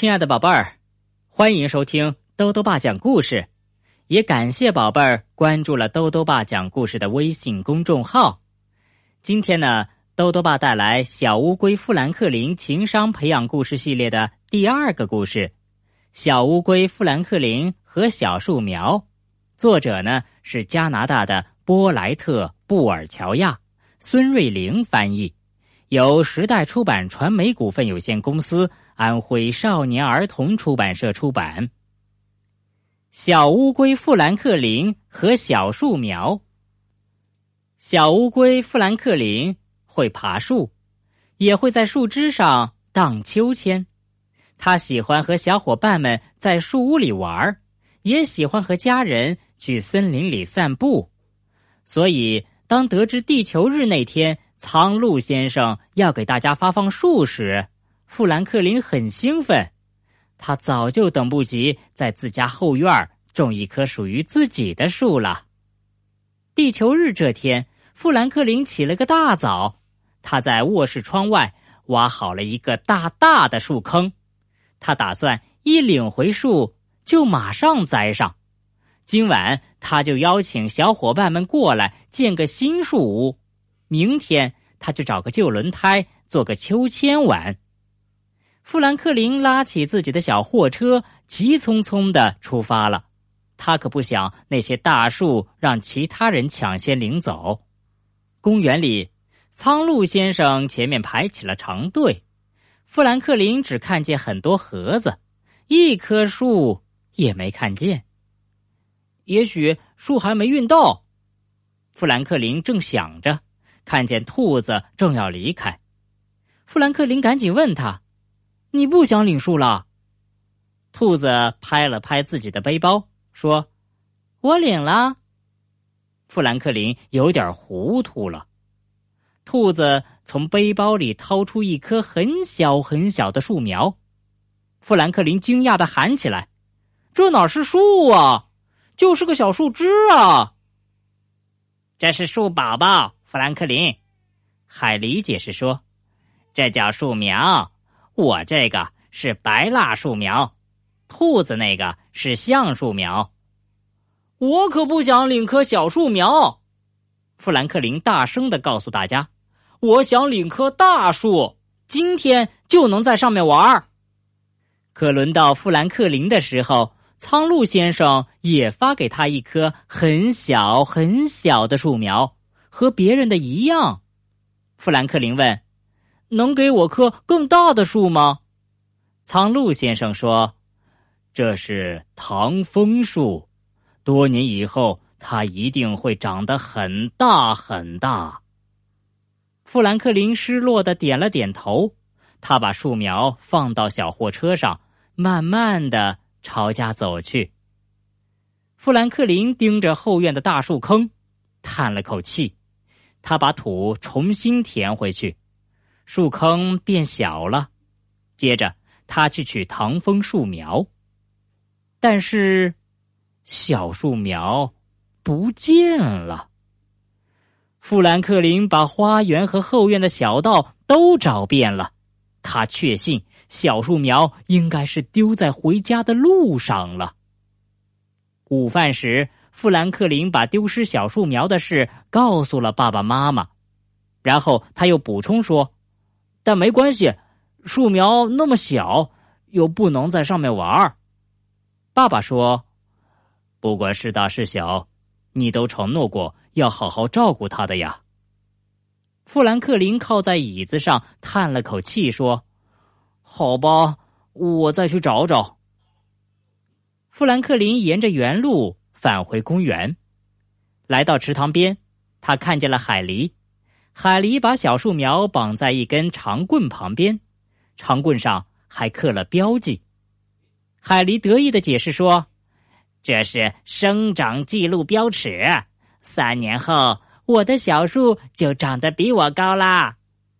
亲爱的宝贝儿，欢迎收听兜兜爸讲故事，也感谢宝贝儿关注了兜兜爸讲故事的微信公众号。今天呢，兜兜爸带来小乌龟富兰克林情商培养故事系列的第二个故事，小乌龟富兰克林和小树苗。作者呢是加拿大的波莱特·布尔乔亚，孙瑞玲翻译，由时代出版传媒股份有限公司安徽少年儿童出版社出版。小乌龟富兰克林和小树苗。小乌龟富兰克林会爬树，也会在树枝上荡秋千。他喜欢和小伙伴们在树屋里玩，也喜欢和家人去森林里散步。所以当得知地球日那天苍鹭先生要给大家发放树时，富兰克林很兴奋。他早就等不及在自家后院种一棵属于自己的树了。地球日这天，富兰克林起了个大早，他在卧室窗外挖好了一个大大的树坑。他打算一领回树就马上栽上。今晚他就邀请小伙伴们过来建个新树屋，明天他就找个旧轮胎做个秋千玩。富兰克林拉起自己的小货车，急匆匆地出发了。他可不想那些大树让其他人抢先领走。公园里，苍鹭先生前面排起了长队。富兰克林只看见很多盒子，一棵树也没看见。也许树还没运到，富兰克林正想着，看见兔子正要离开。富兰克林赶紧问他：“你不想领树了？”兔子拍了拍自己的背包，说：“我领了。”富兰克林有点糊涂了。兔子从背包里掏出一棵很小很小的树苗。富兰克林惊讶地喊起来：“这哪是树啊，就是个小树枝啊！”这是树宝宝，富兰克林。海狸解释说：“这叫树苗，我这个是白蜡树苗，兔子那个是橡树苗。”我可不想领棵小树苗，富兰克林大声地告诉大家：“我想领棵大树，今天就能在上面玩。”可轮到富兰克林的时候，苍鹭先生也发给他一棵很小很小的树苗，和别人的一样。富兰克林问：“能给我棵更大的树吗？”苍鹭先生说：“这是唐枫树，多年以后它一定会长得很大很大。”富兰克林失落地点了点头，他把树苗放到小货车上，慢慢地朝家走去。富兰克林盯着后院的大树坑，叹了口气。他把土重新填回去，树坑变小了。接着他去取唐枫树苗，但是小树苗不见了。富兰克林把花园和后院的小道都找遍了，他确信小树苗应该是丢在回家的路上了。午饭时，富兰克林把丢失小树苗的事告诉了爸爸妈妈，然后他又补充说：“但没关系，树苗那么小，又不能在上面玩。”爸爸说：“不管是大是小，你都承诺过要好好照顾它的呀。”富兰克林靠在椅子上叹了口气说：“好吧，我再去找找。”富兰克林沿着原路返回公园，来到池塘边，他看见了海狸。海狸把小树苗绑在一根长棍旁边，长棍上还刻了标记。海狸得意地解释说：“这是生长记录标尺，3年后我的小树就长得比我高啦。”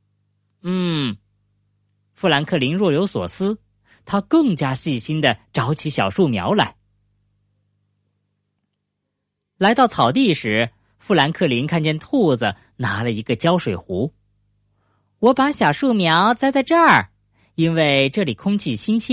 富兰克林若有所思，他更加细心地找起小树苗来。来到草地时，富兰克林看见兔子拿了一个浇水壶。“我把小树苗栽在这儿，因为这里空气新鲜，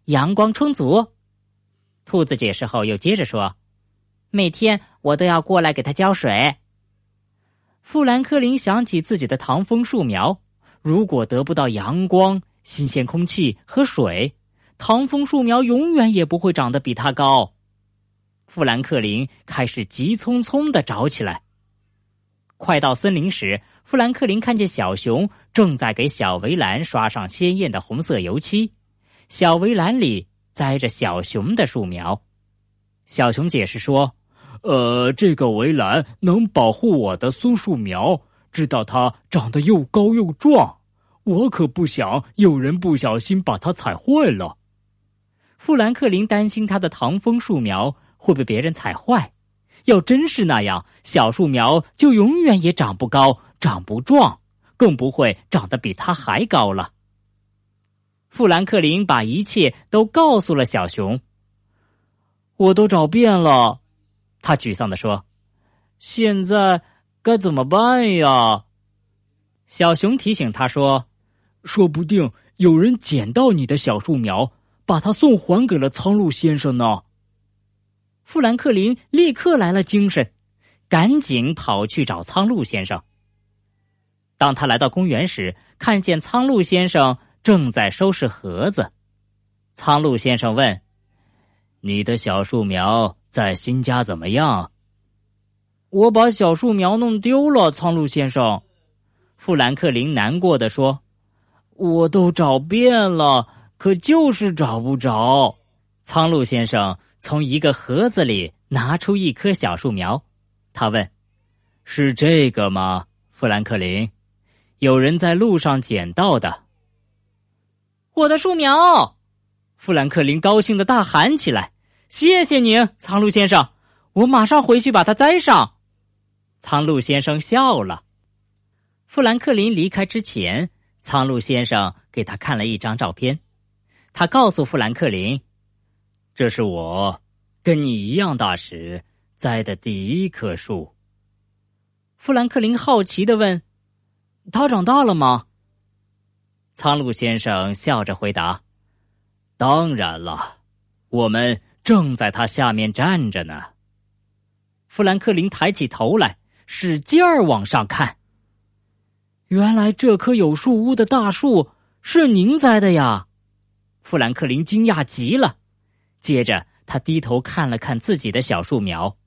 阳光充足。兔子解释后又接着说，每天我都要过来给它浇水。富兰克林想起自己的糖枫树苗，如果得不到阳光、新鲜空气和水，糖枫树苗永远也不会长得比它高。富兰克林开始急匆匆地找起来。快到森林时，富兰克林看见小熊正在给小围栏刷上鲜艳的红色油漆，小围栏里栽着小熊的树苗。小熊解释说，这个围栏能保护我的松树苗，直到它长得又高又壮。我可不想有人不小心把它踩坏了。富兰克林担心他的糖枫树苗会被别人踩坏，要真是那样，小树苗就永远也长不高，长不壮，更不会长得比它还高了。富兰克林把一切都告诉了小熊。我都找遍了，他沮丧地说，现在该怎么办呀？小熊提醒他说，说不定有人捡到你的小树苗，把它送还给了苍鹭先生呢。富兰克林立刻来了精神，赶紧跑去找苍鹭先生。当他来到公园时，看见苍鹭先生正在收拾盒子。苍鹭先生问，你的小树苗在新家怎么样？我把小树苗弄丢了，苍鹭先生。富兰克林难过地说，我都找遍了，可就是找不着。苍鹭先生从一个盒子里拿出一棵小树苗，他问，是这个吗，富兰克林？有人在路上捡到的。我的树苗！富兰克林高兴地大喊起来，谢谢您，苍鹭先生，我马上回去把它栽上。苍鹭先生笑了。富兰克林离开之前，苍鹭先生给他看了一张照片。他告诉富兰克林，这是我跟你一样大时栽的第一棵树。富兰克林好奇地问，它长大了吗？苍鹭先生笑着回答，当然了，我们正在它下面站着呢。富兰克林抬起头来，使劲儿往上看。原来这棵有树屋的大树是您栽的呀！富兰克林惊讶极了。接着他低头看了看自己的小树苗。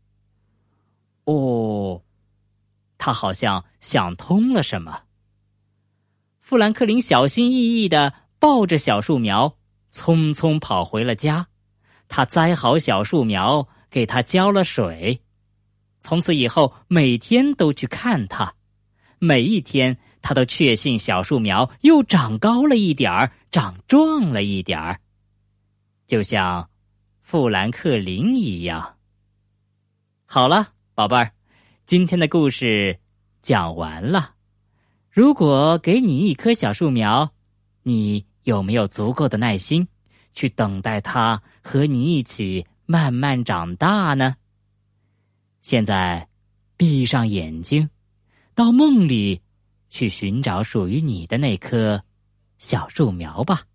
哦，他好像想通了什么。富兰克林小心翼翼地抱着小树苗，匆匆跑回了家。他栽好小树苗，给它浇了水。从此以后，每天都去看它。每一天，他都确信小树苗又长高了一点儿，长壮了一点儿，就像富兰克林一样。好了，宝贝儿，今天的故事讲完了。如果给你一棵小树苗，你有没有足够的耐心去等待它和你一起慢慢长大呢？现在闭上眼睛，到梦里去寻找属于你的那棵小树苗吧。